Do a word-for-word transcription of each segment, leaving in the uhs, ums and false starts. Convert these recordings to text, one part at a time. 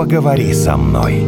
Поговори со мной.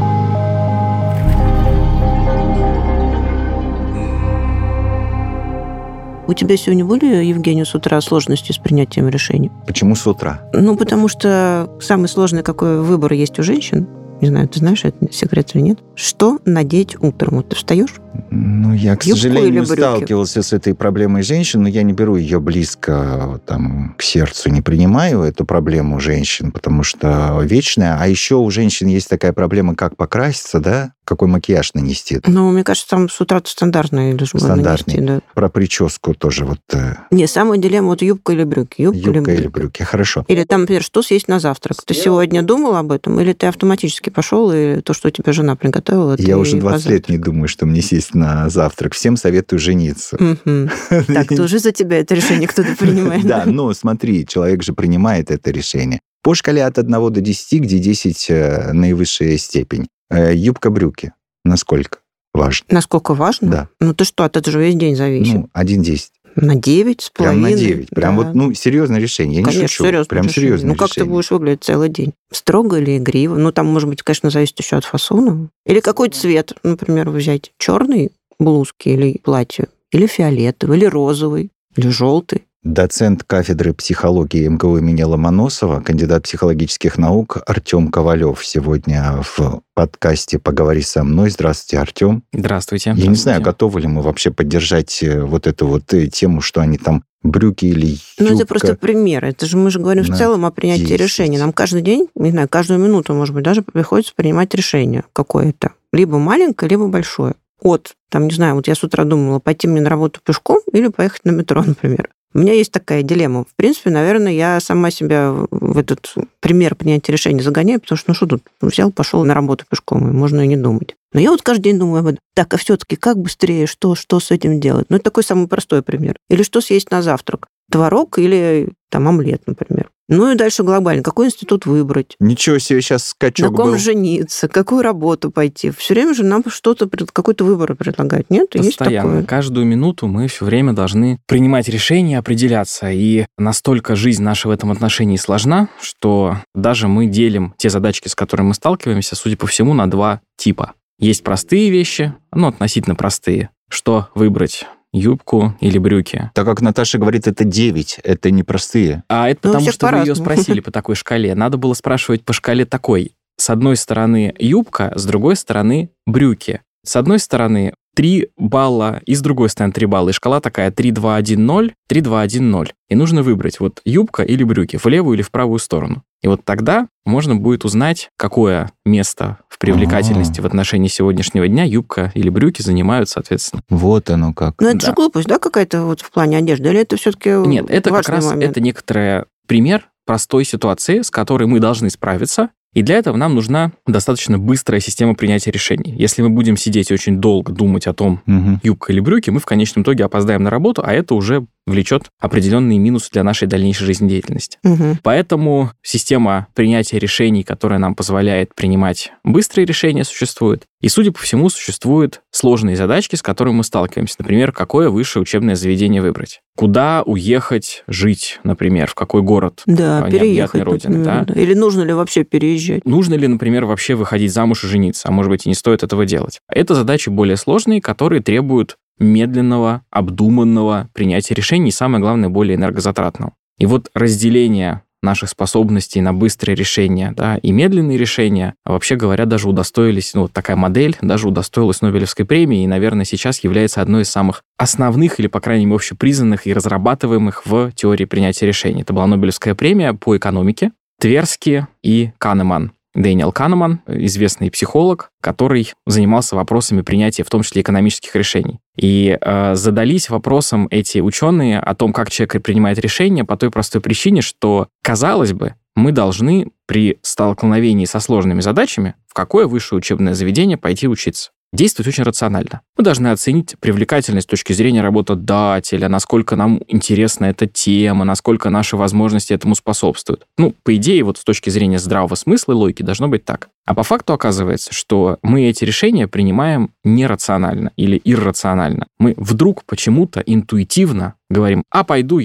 У тебя сегодня были, Евгений, с утра сложности с принятием решений? Почему с утра? Ну, потому что самый сложный какой выбор есть у женщин, не знаю, ты знаешь, это секрет или нет, что надеть утром? Вот ты встаешь? Ну, я, к Юбку сожалению, или брюки? сталкивался с этой проблемой женщин, но я не беру ее близко там, к сердцу, не принимаю эту проблему женщин, потому что вечная. А еще у женщин есть такая проблема, как покраситься, да? Какой макияж нанести. Ну, мне кажется, там с утра стандартный лишь бы Стандартный. нанести, да. Про прическу тоже вот... э, Не, самая дилемма, вот юбка или брюки. Юбка, или Юбка брюки. или брюки, хорошо. Или там, например, что съесть на завтрак? Ты сегодня думал об этом? Или ты автоматически пошел, и то, что у тебя жена приготовила, ты Я уже двадцать лет позавтракал? не думаю, что мне сесть на завтрак. Всем советую жениться. Мгм. Так, тоже за тебя это решение кто-то принимает? Да, но смотри, человек же принимает это решение. По шкале от одного до десяти, где десять э, наивысшая степень. Э, Юбка-брюки. Насколько важно? Насколько важно? Да. Ну ты что, от этого же весь день зависит. Ну, один десять. На девять с Прям половиной? на девять. Прям Да. вот, ну, серьезное решение. Я не Конечно, шучу. серьезно. Прям решение. серьезное Ну, как ты решение. будешь выглядеть целый день? Строго или игриво? Ну, там, может быть, конечно, зависит еще от фасона. Или какой цвет, например, взять? Черный блузки или платье? Или фиолетовый, или розовый, или желтый? Доцент кафедры психологии эм ка у имени Ломоносова, кандидат психологических наук Артем Ковалев сегодня в подкасте «Поговори со мной». Здравствуйте, Артем. Здравствуйте. Я не Здравствуйте. знаю, готовы ли мы вообще поддержать э, вот эту вот э, тему, что они там брюки или Ну, юбка. это просто пример. Это же мы же говорим в на целом о принятии десять. решения. Нам каждый день, не знаю, каждую минуту, может быть, даже приходится принимать решение какое-то. Либо маленькое, либо большое. От, там, не знаю, вот я с утра думала, пойти мне на работу пешком или поехать на метро, например. У меня есть такая дилемма. В принципе, наверное, я сама себя в этот пример принятия решения загоняю, потому что, ну что тут, взял, пошел на работу пешком, и можно и не думать. Но я вот каждый день думаю об этом. Так, а все-таки как быстрее, что, что с этим делать? Ну, это такой самый простой пример. Или что съесть на завтрак? Творог или там омлет, например. Ну и дальше глобально. Какой институт выбрать? Ничего себе, сейчас На скачок ком был. жениться? Какую работу пойти? Все время же нам что-то, пред- какой-то выбор предлагают. Нет? Есть Постоянно. такое? Каждую минуту мы все время должны принимать решения, определяться. И настолько жизнь наша в этом отношении сложна, что даже мы делим те задачки, с которыми мы сталкиваемся, судя по всему, на два типа. Есть простые вещи, ну, относительно простые. Что выбрать? Юбку или брюки? Так как Наташа говорит, это девять, это непростые. А это Ну, у потому, всех что вы ее по-разному. спросили по такой шкале. Надо было спрашивать по шкале такой. С одной стороны юбка, с другой стороны брюки. С одной стороны три балла, и с другой стороны три балла. И шкала такая три, два, один, ноль, три, два, один, ноль. И нужно выбрать вот юбка или брюки, в левую или в правую сторону. И вот тогда можно будет узнать, какое место в привлекательности А. в отношении сегодняшнего дня юбка или брюки занимают, соответственно. Вот оно как. Ну, это Да. же глупость, да, какая-то вот в плане одежды? Или это все-таки Нет, это как важный раз момент? это некоторый пример простой ситуации, с которой мы должны справиться. И для этого нам нужна достаточно быстрая система принятия решений. Если мы будем сидеть и очень долго думать о том, Мгм. юбка или брюки, мы в конечном итоге опоздаем на работу, а это уже влечет определенные минусы для нашей дальнейшей жизнедеятельности. Мгм. Поэтому система принятия решений, которая нам позволяет принимать быстрые решения, существует. И, судя по всему, существуют сложные задачки, с которыми мы сталкиваемся. Например, какое высшее учебное заведение выбрать? Куда уехать жить, например, в какой город? Да, необъятной переехать, родины, например, да? да. Или нужно ли вообще переезжать? Нужно ли, например, вообще выходить замуж и жениться? А может быть, и не стоит этого делать? Это задачи более сложные, которые требуют медленного, обдуманного принятия решений и, самое главное, более энергозатратного. И вот разделение наших способностей на быстрые решения, да, и медленные решения, а вообще говоря, даже удостоились, ну, вот такая модель даже удостоилась Нобелевской премии и, наверное, сейчас является одной из самых основных или, по крайней мере, общепризнанных и разрабатываемых в теории принятия решений. Это была Нобелевская премия по экономике. Тверски и Канеман. Дэниел Канеман, известный психолог, который занимался вопросами принятия, в том числе экономических решений. И э, задались вопросом эти ученые о том, как человек принимает решения, по той простой причине, что, казалось бы, мы должны при столкновении со сложными задачами в какое высшее учебное заведение пойти учиться. Действовать очень рационально. Мы должны оценить привлекательность с точки зрения работодателя, насколько нам интересна эта тема, насколько наши возможности этому способствуют. Ну, по идее, вот с точки зрения здравого смысла и логики должно быть так. А по факту оказывается, что мы эти решения принимаем нерационально или иррационально. Мы вдруг почему-то интуитивно говорим, а пойду я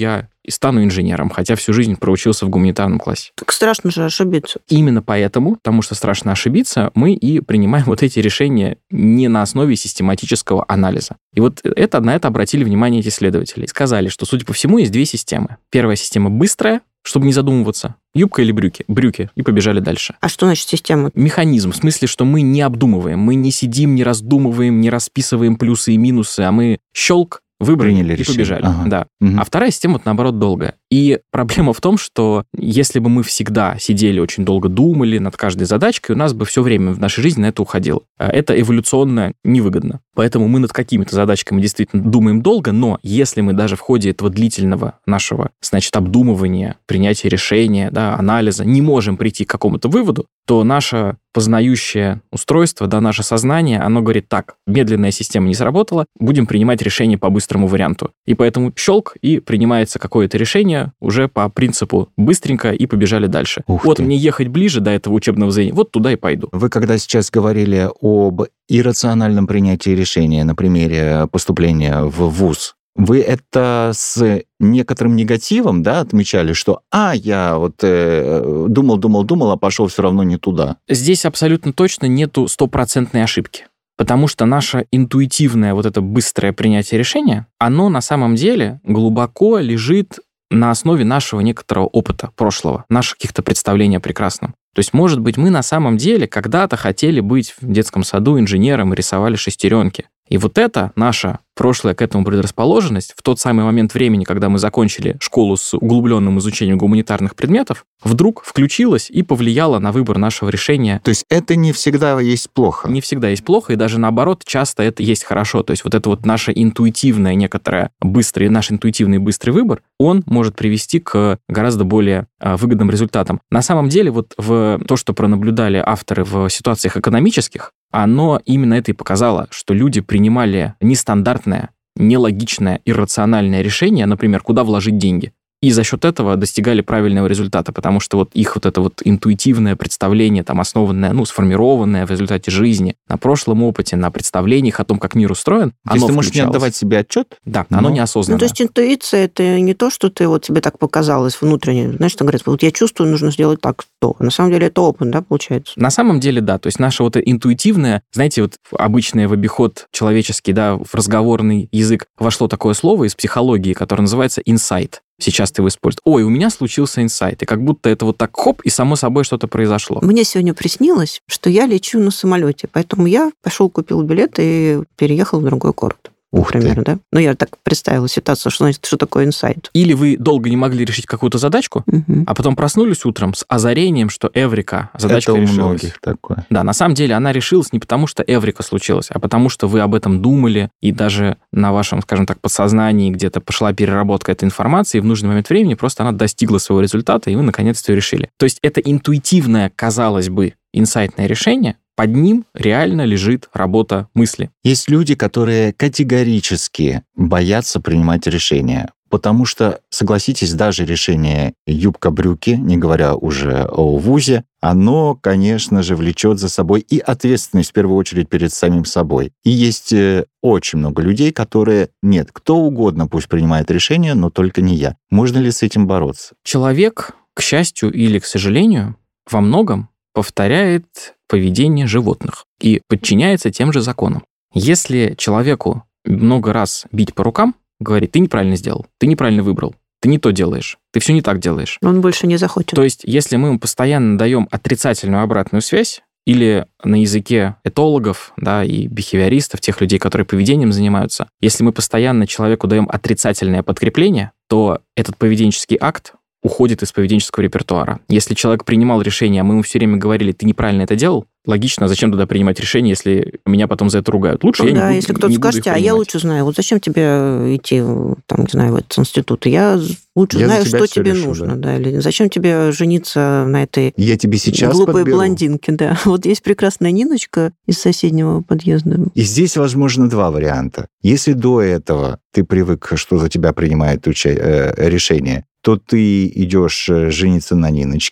и стану инженером, хотя всю жизнь проучился в гуманитарном классе. Так страшно же ошибиться. Именно поэтому, потому что страшно ошибиться, мы и принимаем вот эти решения не на основе систематического анализа. И вот это, на это обратили внимание эти исследователи. Сказали, что, судя по всему, есть две системы. Первая система быстрая, чтобы не задумываться. Юбка или брюки? Брюки. И побежали дальше. А что значит система? Механизм. В смысле, что мы не обдумываем. Мы не сидим, не раздумываем, не расписываем плюсы и минусы, а мы щелк, выбрали Приняли и решение. побежали. Ага. Да. Угу. А вторая система, вот, наоборот, долгая. И проблема в том, что если бы мы всегда сидели, очень долго думали над каждой задачкой, у нас бы все время в нашей жизни на это уходило. Это эволюционно невыгодно. Поэтому мы над какими-то задачками действительно думаем долго, но если мы даже в ходе этого длительного нашего, значит, обдумывания, принятия решения, да, анализа не можем прийти к какому-то выводу, то наше познающее устройство, да, наше сознание, оно говорит: так, медленная система не сработала, будем принимать решение по быстрому варианту. И поэтому щелк, и принимается какое-то решение уже по принципу быстренько, и побежали дальше. Ух вот ты. мне ехать ближе до этого учебного заведения, вот туда и пойду. Вы когда сейчас говорили об иррациональном принятии решения на примере поступления в вуз, вы это с некоторым негативом, да, отмечали, что «а, я вот э, думал, думал, думал, а пошел все равно не туда». Здесь абсолютно точно нету стопроцентной ошибки. Потому что наше интуитивное вот это быстрое принятие решения, оно на самом деле глубоко лежит на основе нашего некоторого опыта прошлого, наших каких-то представлений о прекрасном. То есть, может быть, мы на самом деле когда-то хотели быть в детском саду инженером и рисовали шестеренки. И вот это наша прошлая к этому предрасположенность в тот самый момент времени, когда мы закончили школу с углубленным изучением гуманитарных предметов, вдруг включилась и повлияла на выбор нашего решения. То есть это не всегда есть плохо. Не всегда есть плохо, и даже наоборот, часто это есть хорошо. То есть вот это вот наше интуитивное некоторое быстрый, наш интуитивный быстрый выбор, он может привести к гораздо более а, выгодным результатам. На самом деле вот в то, что пронаблюдали авторы в ситуациях экономических, оно именно это и показало, что люди принимали нестандартное, нелогичное, иррациональное решение, например, куда вложить деньги. И за счет этого достигали правильного результата, потому что вот их вот это вот интуитивное представление, там, основанное, ну, сформированное в результате жизни, на прошлом опыте, на представлениях о том, как мир устроен, То оно есть ты можешь не включалось. отдавать себе отчет? Да, Но- оно Ну, неосознанное. то есть интуиция — это не то, что ты вот тебе так показалось внутренне. Знаешь, что говорят, вот я чувствую, нужно сделать так, то. На самом деле это опыт, да, получается? На самом деле, да. То есть наше вот интуитивное, знаете, вот обычное в обиход человеческий, да, в разговорный язык вошло такое слово из психологии, которое называется инсайт. Сейчас ты его используешь. Ой, у меня случился инсайт. И как будто это вот так хоп, и само собой что-то произошло. Мне сегодня приснилось, что я лечу на самолете, поэтому я пошел, купил билет и переехал в другой город. Ух ты. Например, да? Ну, я так представила ситуацию, что, значит, что такое инсайт. Или вы долго не могли решить какую-то задачку, Мгм. а потом проснулись утром с озарением, что эврика, задачка это у решилась. многих такое. Да, на самом деле она решилась не потому, что эврика случилась, а потому что вы об этом думали, и даже на вашем, скажем так, подсознании где-то пошла переработка этой информации, и в нужный момент времени просто она достигла своего результата, и вы наконец-то ее решили. То есть это интуитивное, казалось бы, инсайтное решение, под ним реально лежит работа мысли. Есть люди, которые категорически боятся принимать решения, потому что, согласитесь, даже решение юбка-брюки, не говоря уже о вузе, оно, конечно же, влечет за собой и ответственность, в первую очередь, перед самим собой. И есть э, очень много людей, которые, нет, кто угодно пусть принимает решение, но только не я. Можно ли с этим бороться? Человек, к счастью или к сожалению, во многом повторяет поведение животных и подчиняется тем же законам. Если человеку много раз бить по рукам, говорит: ты неправильно сделал, ты неправильно выбрал, ты не то делаешь, ты все не так делаешь. Он больше не захочет. То есть, если мы ему постоянно даем отрицательную обратную связь, или на языке этологов, да, и бихевиористов, тех людей, которые поведением занимаются, если мы постоянно человеку даем отрицательное подкрепление, то этот поведенческий акт уходит из поведенческого репертуара. Если человек принимал решение, а мы ему все время говорили: ты неправильно это делал, логично, зачем туда принимать решение, если меня потом за это ругают? Лучше Ну я да, не буду, если кто-то не буду скажет: их а я принимать. лучше знаю, вот зачем тебе идти, там, не знаю, в этот институт? Я лучше Я за знаю, тебя что всё тебе решу, нужно, да. да. Или зачем тебе жениться на этой Я тебе сейчас глупой подберу. блондинке, да. Вот есть прекрасная Ниночка из соседнего подъезда. И здесь возможно два варианта. Если до этого ты привык, что за тебя принимает уча- э, решение, то ты идешь жениться на Ниночке,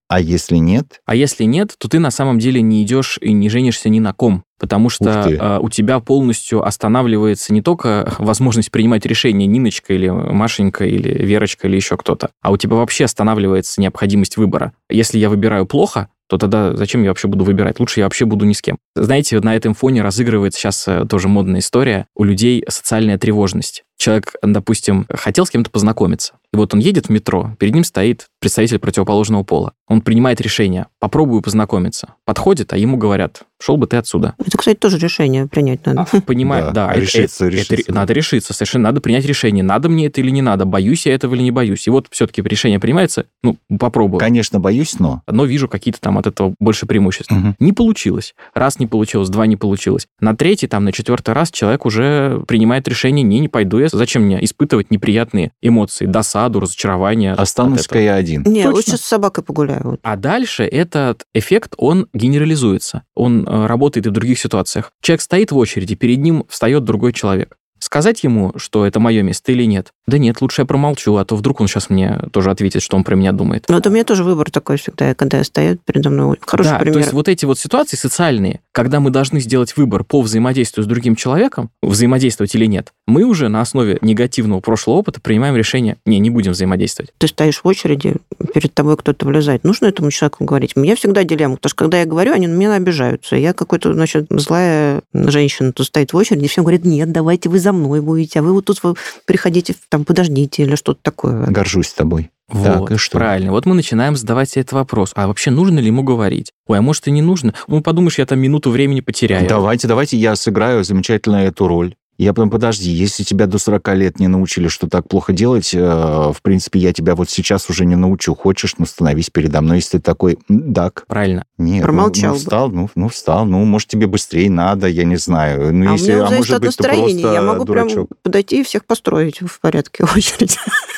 А если нет? А если нет, то ты на самом деле не идешь и не женишься ни на ком, потому что э, у тебя полностью останавливается не только возможность принимать решения Ниночка или Машенька или Верочка или еще кто-то, а у тебя вообще останавливается необходимость выбора. Если я выбираю плохо, то тогда зачем я вообще буду выбирать? Лучше я вообще буду ни с кем. Знаете, на этом фоне разыгрывается сейчас тоже модная история. У людей социальная тревожность. Человек, допустим, хотел с кем-то познакомиться. И вот он едет в метро, перед ним стоит представитель противоположного пола. Он принимает решение, попробую познакомиться. Подходит, а ему говорят, шел бы ты отсюда. Это, кстати, тоже решение принять надо. А, понимаю, да. да решиться, это, решиться. Это, надо решиться, совершенно надо принять решение, надо мне это или не надо, боюсь я этого или не боюсь. И вот все-таки решение принимается, ну, попробую. Конечно, боюсь, но... Но вижу какие-то там от этого больше преимуществ. Угу. Не получилось. Раз не получилось, два не получилось. На третий, там, на четвертый раз человек уже принимает решение, не, не пойду я, зачем мне испытывать неприятные эмоции, досаду, разочарование. Останусь-ка я один. Не, Точно. лучше с собакой погуляю. А дальше этот эффект, он генерализуется. Он э, работает и в других ситуациях. Человек стоит в очереди, перед ним встает другой человек. Сказать ему, что это мое место или нет? Да нет, лучше я промолчу, а то вдруг он сейчас мне тоже ответит, что он про меня думает. Но это у меня тоже выбор такой всегда, когда стоят передо мной. Хороший да, пример. То есть вот эти вот ситуации социальные, когда мы должны сделать выбор по взаимодействию с другим человеком, взаимодействовать или нет, мы уже на основе негативного прошлого опыта принимаем решение, не, не будем взаимодействовать. Ты стоишь в очереди, перед тобой кто-то влезает. Нужно этому человеку говорить? У меня всегда дилемма, потому что когда я говорю, они на меня обижаются. Я какой-то, значит, злая женщина, тут стоит в очереди, и всем говорит, нет, давайте вы за мной будете, а вы вот тут вы приходите, там, подождите, или что-то такое. Горжусь тобой. Вот, так, и что? Правильно. Вот мы начинаем задавать себе этот вопрос. А вообще нужно ли ему говорить? Ой, а может и не нужно? Ну, подумаешь, я там минуту времени потеряю. Давайте, давайте я сыграю замечательно эту роль. Я потом, подожди, если тебя до сорока лет не научили, что так плохо делать, э, в принципе, я тебя вот сейчас уже не научу. Хочешь, ну, становись передо мной. Если ты такой, так. Правильно. Нет, Промолчал ну, ну, встал, ну, ну, встал. Ну, может, тебе быстрее надо, я не знаю. Ну, а если, у меня а зависит может от быть, ты настроения. просто Я могу дурачок. прям подойти и всех построить в порядке очереди.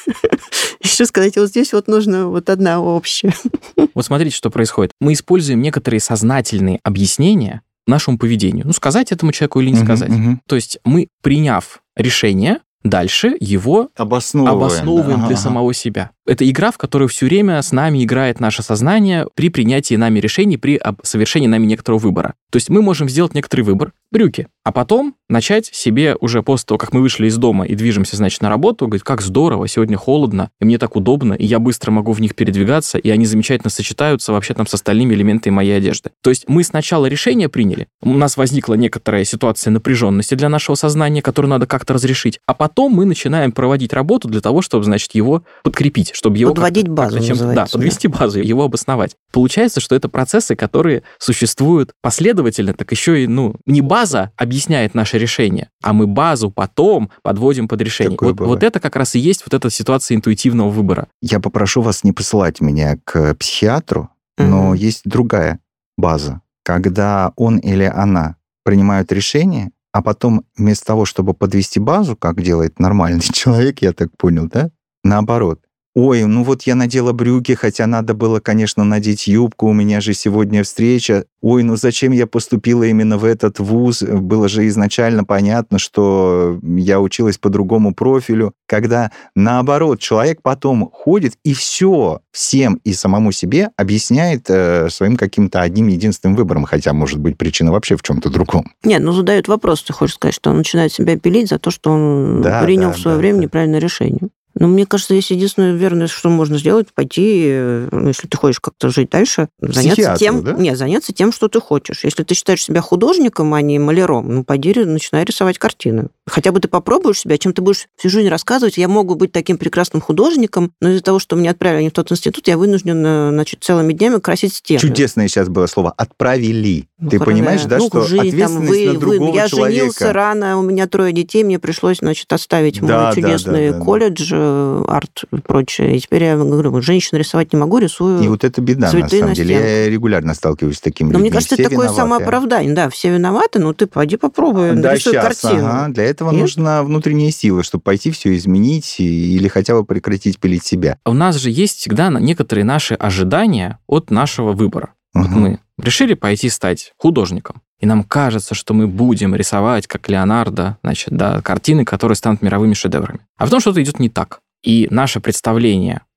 Еще сказать, вот здесь вот нужно вот одна общая. Вот смотрите, что происходит. Мы используем некоторые сознательные объяснения нашему поведению. Ну, сказать этому человеку или не Мгм, сказать. мгм. То есть мы, приняв решение, дальше его Обосновываем. обосновываем Ага, для ага. самого себя. Это игра, в которой все время с нами играет наше сознание при принятии нами решений, при об- совершении нами некоторого выбора. То есть мы можем сделать некоторый выбор, брюки, а потом начать себе уже после того, как мы вышли из дома и движемся, значит, на работу, говорить, как здорово, сегодня холодно, и мне так удобно, и я быстро могу в них передвигаться, и они замечательно сочетаются вообще там с остальными элементами моей одежды. То есть мы сначала решение приняли, у нас возникла некоторая ситуация напряженности для нашего сознания, которую надо как-то разрешить, а потом мы начинаем проводить работу для того, чтобы, значит, его подкрепить, чтобы его Подводить как-то- базу, как-то чем-то- да, называется, подвести базу, его обосновать. Получается, что это процессы, которые существуют последовательно, так еще и, ну, не база объясняет наше решение, а мы базу потом подводим под решение. Такое Вот, бывает. вот это как раз и есть вот эта ситуация интуитивного выбора. Я попрошу вас не посылать меня к психиатру, но Мгм. есть другая база, когда он или она принимают решение, а потом вместо того, чтобы подвести базу, как делает нормальный человек, я так понял, да? Наоборот. Ой, ну вот я надела брюки, хотя надо было, конечно, надеть юбку, у меня же сегодня встреча. Ой, ну зачем я поступила именно в этот вуз? Было же изначально понятно, что я училась по другому профилю. Когда, наоборот, человек потом ходит и все всем и самому себе объясняет э, своим каким-то одним единственным выбором, хотя, может быть, причина вообще в чем-то другом. Нет, ну задают вопрос, ты хочешь сказать, что он начинает себя пилить за то, что он Да, принял да, в свое да, время да. неправильное решение. Но мне кажется, здесь единственное верное, что можно сделать, пойти, э, ну, если ты хочешь как-то жить дальше, заняться психиатру, тем, да? не, заняться тем, что ты хочешь. Если ты считаешь себя художником, а не маляром, ну, пойди, начинай рисовать картины. Хотя бы ты попробуешь себя, чем ты будешь всю жизнь рассказывать, я могу быть таким прекрасным художником, но из-за того, что меня отправили не в тот институт, я вынужден, э, значит, целыми днями красить стены. Чудесное сейчас было слово «отправили». Ну, Ты хорошо, понимаешь, да, ну, что жизнь, ответственность там, вы, на вы, другого я человека. женился рано, у меня трое детей, мне пришлось, значит, оставить Да, мой да, чудесный да, да, да. колледж, э, арт и прочее. И теперь я говорю, женщин рисовать не могу, рисую. И вот это беда, на цветы самом на деле. стенках. Я регулярно сталкиваюсь с такими Но людьми. мне кажется, Все это такое виноваты. самооправдание. Да, все виноваты, но ты пойди попробуй, Да, нарисуй щас, картину. ага. Для этого Нет? нужна внутренняя сила, чтобы пойти все изменить и- или хотя бы прекратить пилить себя. У нас же есть всегда на- некоторые наши ожидания от нашего выбора. Вот Мгм. мы решили пойти стать художником. И нам кажется, что мы будем рисовать, как Леонардо, значит, да, картины, которые станут мировыми шедеврами. А потом что-то идет не так. И наше представление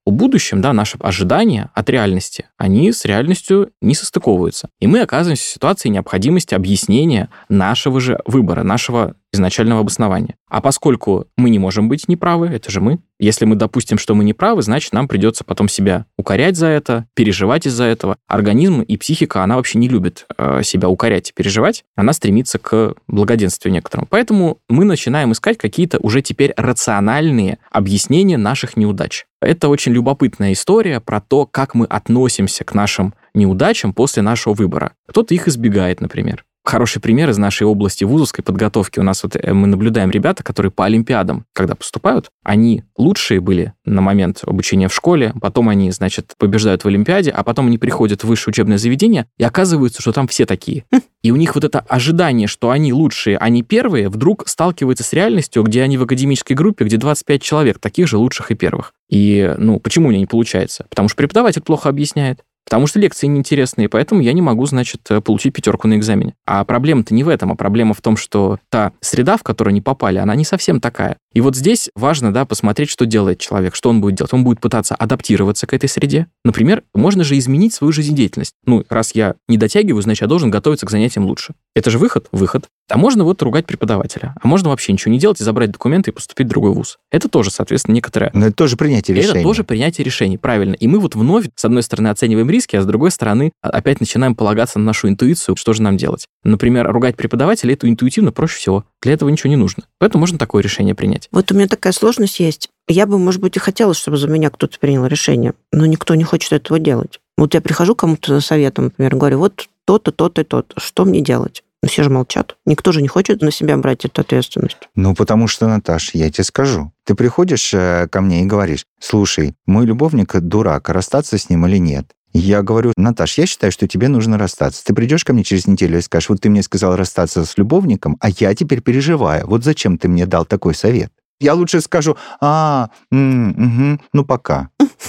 в будущем, да, наши ожидания от реальности, они с реальностью не состыковываются. И мы оказываемся в ситуации необходимости объяснения нашего же выбора, нашего изначального обоснования. А поскольку мы не можем быть неправы, это же мы, если мы допустим, что мы неправы, значит, нам придется потом себя укорять за это, переживать из-за этого. Организм и психика, она вообще не любит э, себя укорять и переживать, она стремится к благоденствию некоторому. Поэтому мы начинаем искать какие-то уже теперь рациональные объяснения наших неудач. Это очень любопытная история про то, как мы относимся к нашим неудачам после нашего выбора. Кто-то их избегает, например. Хороший пример из нашей области вузовской подготовки. У нас вот мы наблюдаем ребята, которые по олимпиадам, когда поступают, они лучшие были на момент обучения в школе, потом они, значит, побеждают в олимпиаде, а потом они приходят в высшее учебное заведение, и оказывается, что там все такие. И у них вот это ожидание, что они лучшие, они первые, вдруг сталкиваются с реальностью, где они в академической группе, где двадцать пять человек, таких же лучших и первых. И, ну, почему у меня не получается? Потому что преподаватель плохо объясняет. Потому что лекции неинтересные, поэтому я не могу, значит, получить пятерку на экзамене. А проблема-то не в этом, а проблема в том, что та среда, в которую они попали, она не совсем такая. И вот здесь важно, да, посмотреть, что делает человек, что он будет делать. Он будет пытаться адаптироваться к этой среде. Например, можно же изменить свою жизнедеятельность. Ну, раз я не дотягиваю, значит, я должен готовиться к занятиям лучше. Это же выход? Выход. А можно вот ругать преподавателя. А можно вообще ничего не делать и забрать документы и поступить в другой вуз. Это тоже, соответственно, некоторое... Но это тоже принятие решений. Это тоже принятие решений, правильно. И мы вот вновь, с одной стороны, оцениваем риски, а с другой стороны, опять начинаем полагаться на нашу интуицию, что же нам делать. Например, ругать преподавателя, это интуитивно проще всего. Для этого ничего не нужно. Поэтому можно такое решение принять. Вот у меня такая сложность есть. Я бы, может быть, и хотела, чтобы за меня кто-то принял решение, но никто не хочет этого делать. Вот я прихожу кому-то за советом, например, говорю, вот то-то, то-то и то-то, что мне делать? Но все же молчат. Никто же не хочет на себя брать эту ответственность. Ну, потому что, Наташ, я тебе скажу. Ты приходишь ко мне и говоришь, слушай, мой любовник дурак, расстаться с ним или нет? Я говорю, Наташ, я считаю, что тебе нужно расстаться. Ты придешь ко мне через неделю и скажешь, вот ты мне сказал расстаться с любовником, а я теперь переживаю. Вот зачем ты мне дал такой совет? Я лучше скажу, а, м, угу, ну пока.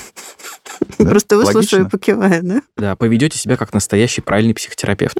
Да? Просто выслушаю и покиваю, да? Да, поведете себя как настоящий правильный психотерапевт.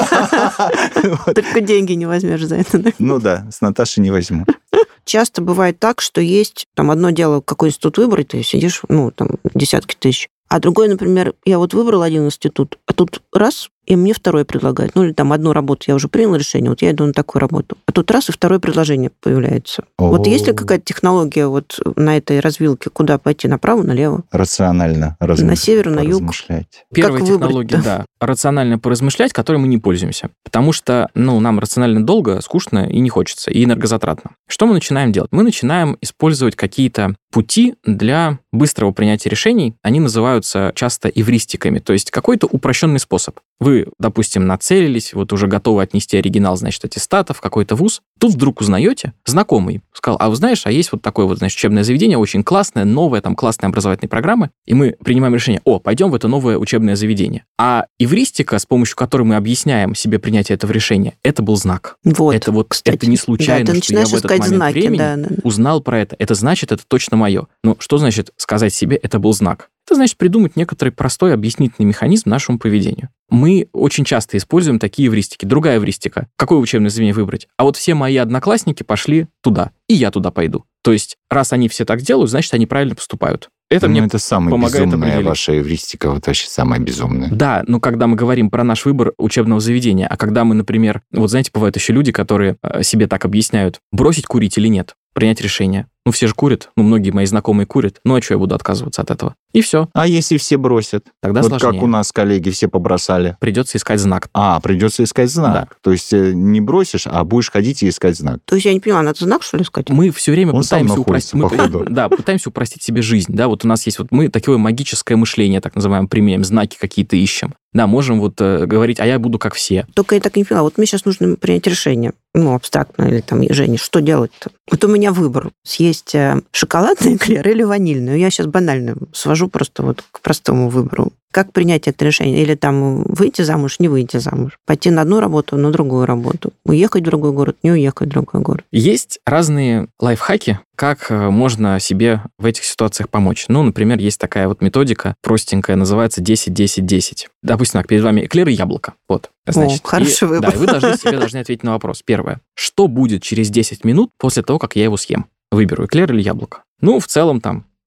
Только деньги не возьмешь за это, да? Ну да, с Наташей не возьму. Часто бывает так, что есть там одно дело, какой институт выбрать, ты сидишь, ну, там, десятки тысяч. А другой, например, я вот выбрал один институт, а тут раз, и мне второй предлагают. Ну, или там одну работу я уже принял решение, вот я иду на такую работу. А тут раз, и второе предложение появляется. О-о-о. Вот есть ли какая-то технология вот на этой развилке, куда пойти, направо, налево? Рационально размышлять. На север, на юг. Первая как технология, выбрать, да? да, рационально поразмышлять, которой мы не пользуемся. Потому что, ну, нам рационально долго, скучно и не хочется, и энергозатратно. Что мы начинаем делать? Мы начинаем использовать какие-то пути для быстрого принятия решений. Они называются часто эвристиками, то есть какой-то упрощенный способ. Вы, допустим, нацелились, вот уже готовы отнести оригинал, значит, аттестата в какой-то вуз. Тут вдруг узнаете, знакомый сказал, а вы знаешь, а есть вот такое вот, значит, учебное заведение, очень классное, новое, там, классные образовательные программы, и мы принимаем решение, о, пойдем в это новое учебное заведение. А эвристика, с помощью которой мы объясняем себе принятие этого решения, это был знак. Вот, это вот, кстати, это не случайно, да, что я в этот момент знаки, времени да, да. узнал про это. Это значит, это точно мое. Ну, что значит сказать себе, это был знак? Это значит придумать некоторый простой объяснительный механизм нашему поведению. Мы очень часто используем такие эвристики. Другая эвристика. Какое учебное заведение выбрать? А вот все мои одноклассники пошли туда, и я туда пойду. То есть, раз они все так делают, значит, они правильно поступают. Это ну, мне это самая помогает безумная определить. Ваша эвристика, вот вообще самая безумная. Да, но когда мы говорим про наш выбор учебного заведения, а когда мы, например, вот знаете, бывают еще люди, которые себе так объясняют, бросить курить или нет, принять решение. Ну, все же курят, ну, многие мои знакомые курят, ну, а что я буду отказываться от этого? И все. А если все бросят? Тогда вот сложнее. Как у нас коллеги все побросали. Придется искать знак. А, придется искать знак. Да. То есть не бросишь, а будешь ходить и искать знак. То есть я не понимаю, надо знак, что ли, искать? Мы все время Он пытаемся упростить. Мы, да, пытаемся упростить себе жизнь. Да, вот у нас есть вот мы такое магическое мышление, так называемое, применяем, знаки какие-то ищем. Да, можем вот э, говорить, а я буду как все. Только я так не поняла. Вот мне сейчас нужно принять решение, ну, абстрактно, или там, Женя, что делать-то? Вот у меня выбор. Съесть шоколадный эклер или ванильный. Я сейчас банально свожу просто вот к простому выбору. Как принять это решение? Или там выйти замуж, не выйти замуж? Пойти на одну работу, на другую работу? Уехать в другой город, не уехать в другой город? Есть разные лайфхаки, как можно себе в этих ситуациях помочь. Ну, например, есть такая вот методика простенькая, называется десять десять десять. Допустим, так, перед вами эклер и яблоко. Вот. Значит, О, хороший и, выбор. Да, и вы должны себе должны ответить на вопрос. Первое. Что будет через десять минут после того, как я его съем? Выберу эклер или яблоко. Ну, в целом там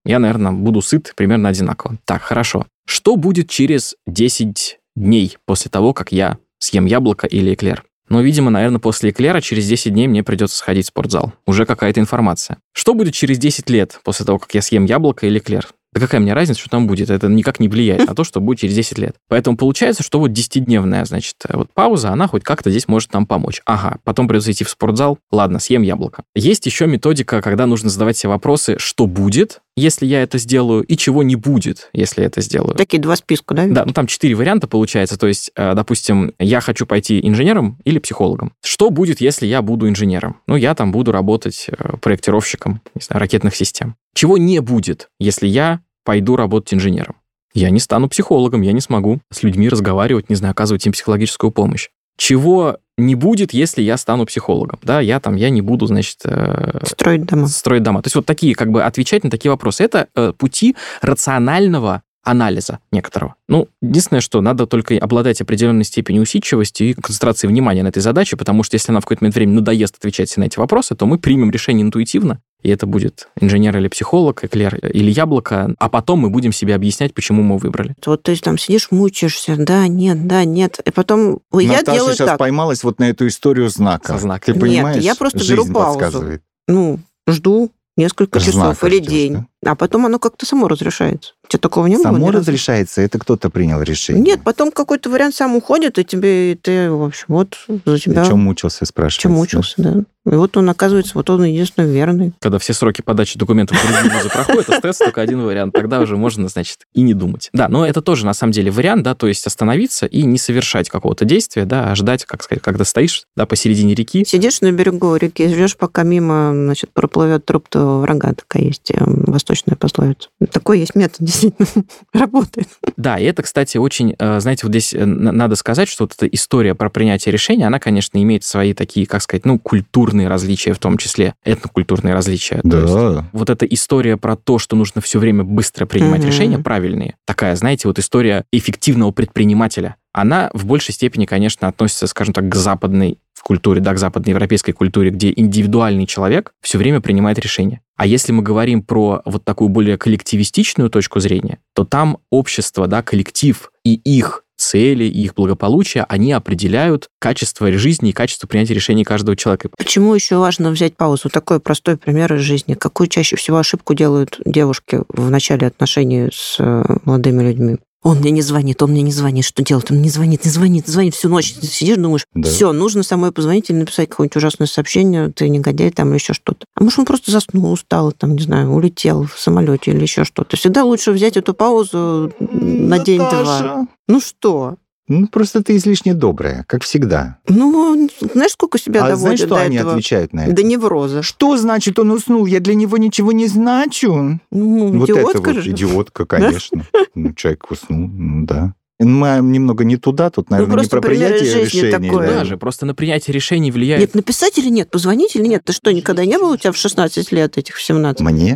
Я, наверное, буду сыт примерно одинаково. Так, хорошо. Что будет через десять дней после того, как я съем яблоко или эклер? Ну, видимо, наверное, после эклера через десять дней мне придется сходить в спортзал. Уже какая-то информация. Что будет через десять лет после того, как я съем яблоко или эклер? Да какая мне разница, что там будет? Это никак не влияет на то, что будет через десять лет. Поэтому получается, что вот десятидневная, значит, вот пауза, она хоть как-то здесь может нам помочь. Ага, потом придется идти в спортзал. Ладно, съем яблоко. Есть еще методика, когда нужно задавать себе вопросы, что будет, если я это сделаю, и чего не будет, если я это сделаю. Такие два списка, да? Да, ну там четыре варианта получается. То есть, допустим, я хочу пойти инженером или психологом. Что будет, если я буду инженером? Ну, я там буду работать проектировщиком, не знаю, ракетных систем. Чего не будет, если я пойду работать инженером? Я не стану психологом, я не смогу с людьми разговаривать, не знаю, оказывать им психологическую помощь. Чего не будет, если я стану психологом? Да, я там, я не буду, значит... Строить дома. Строить дома. То есть вот такие, как бы, отвечать на такие вопросы. Это э, пути рационального анализа некоторого. Ну, единственное, что надо только обладать определенной степенью усидчивости и концентрации внимания на этой задаче, потому что если нам в какой-то момент времени надоест отвечать на эти вопросы, то мы примем решение интуитивно, и это будет инженер или психолог, эклер или яблоко, а потом мы будем себе объяснять, почему мы выбрали. Вот ты там сидишь, мучаешься, да, нет, да, нет, и потом я Наташа делаю сейчас так. поймалась вот на эту историю знака. Со знаком. Ты понимаешь? Нет, я просто Жизнь беру паузу. подсказывает. Ну, жду несколько Знак часов или ждёшь, день, а потом оно как-то само разрешается. У тебя такого не было? Само ни разу? разрешается, это кто-то принял решение. Нет, потом какой-то вариант сам уходит, и тебе, и ты, в общем, вот за тебя... Чем мучился, спрашивается. Чем мучился, да. И вот он, оказывается, вот он единственно верный. Когда все сроки подачи документов в другие вузы проходят, остается только один вариант. Тогда уже можно, значит, и не думать. Да, но это тоже, на самом деле, вариант, да, то есть остановиться и не совершать какого-то действия, да, а ждать, как сказать, когда стоишь, да, посередине реки. Сидишь на берегу реки, ждешь, пока мимо, значит, проплывет труп твоего врага. Такая есть восточная пословица. Такой есть метод, действительно, работает. Да, и это, кстати, очень, знаете, вот здесь надо сказать, что вот эта история про принятие решения, она, конечно, имеет свои такие, как сказать, ну, культурные различия, в том числе этнокультурные различия. Да. То есть вот эта история про то, что нужно все время быстро принимать mm-hmm. решения правильные, такая, знаете, вот история эффективного предпринимателя, она в большей степени, конечно, относится, скажем так, к западной культуре, да, к западноевропейской культуре, где индивидуальный человек все время принимает решения. А если мы говорим про вот такую более коллективистичную точку зрения, то там общество, да, коллектив и их цели, и их благополучие, они определяют качество жизни и качество принятия решений каждого человека. Почему еще важно взять паузу? Такой простой пример из жизни. Какую чаще всего ошибку делают девушки в начале отношений с молодыми людьми? Он мне не звонит, он мне не звонит. Что делать? Он не звонит, не звонит, не звонит. Всю ночь сидишь, думаешь, да. Все, нужно самой позвонить или написать какое-нибудь ужасное сообщение, ты негодяй там или еще что-то. А может, он просто заснул, устал, там, не знаю, улетел в самолете или еще что-то. Всегда лучше взять эту паузу на Наташа. день-два. Ну что? Ну, просто ты излишне добрая, как всегда. Ну, знаешь, сколько себя а доводят знаешь, что до они этого? отвечают на это? До невроза. Что значит он уснул? Я для него ничего не значу. Ну, вот идиотка это вот же. идиотка, конечно. Ну, человек уснул, ну да. Мы немного не туда, тут, наверное, Ну, не про просто пример из принятие жизни решений. такой. да. Даже просто на принятие решений влияет... Нет, написать или нет, позвонить или нет? Ты что, никогда не было у тебя в шестнадцать лет, этих в семнадцать? Мне?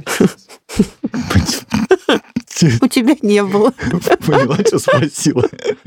У тебя не было. Поняла, что спросила?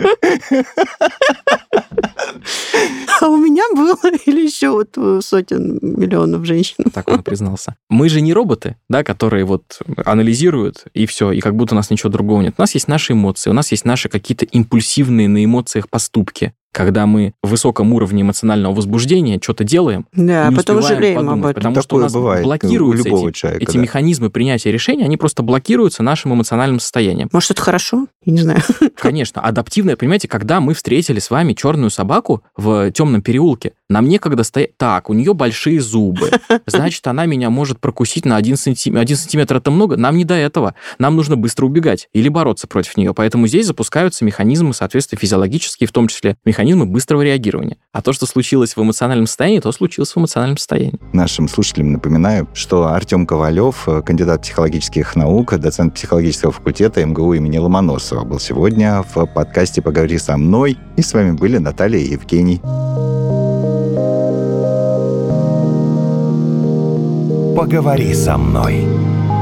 А у меня было или еще вот сотен миллионов женщин. Так он признался. Мы же не роботы, да, которые вот анализируют, и все, и как будто у нас ничего другого нет. У нас есть наши эмоции, у нас есть наши какие-то импульсивные на эмоциях поступки. Когда мы в высоком уровне эмоционального возбуждения что-то делаем, Да, и не потом успеваем жалеем подумать, об этом. потому что у Такое нас бывает блокируются у любого эти, человека, эти да. механизмы принятия решений, они просто блокируются нашим эмоциональным состоянием. Может, это хорошо? Я не знаю. Конечно, адаптивное, понимаете, когда мы встретили с вами черную собаку в темном переулке, нам некогда стоять... Так, у нее большие зубы, значит, она меня может прокусить на один сантиметр. Один сантиметр это много, нам не до этого. Нам нужно быстро убегать или бороться против нее. Поэтому здесь запускаются механизмы, соответственно, физиологические, в том числе механизмы быстрого реагирования. А то, что случилось в эмоциональном состоянии, то случилось в эмоциональном состоянии. Нашим слушателям напоминаю, что Артем Ковалев, кандидат психологических наук, доцент психологического факультета эм гэ у имени Ломоносова, был сегодня в подкасте «Поговори со мной». И с вами были Наталья и Евгений. «Поговори со мной».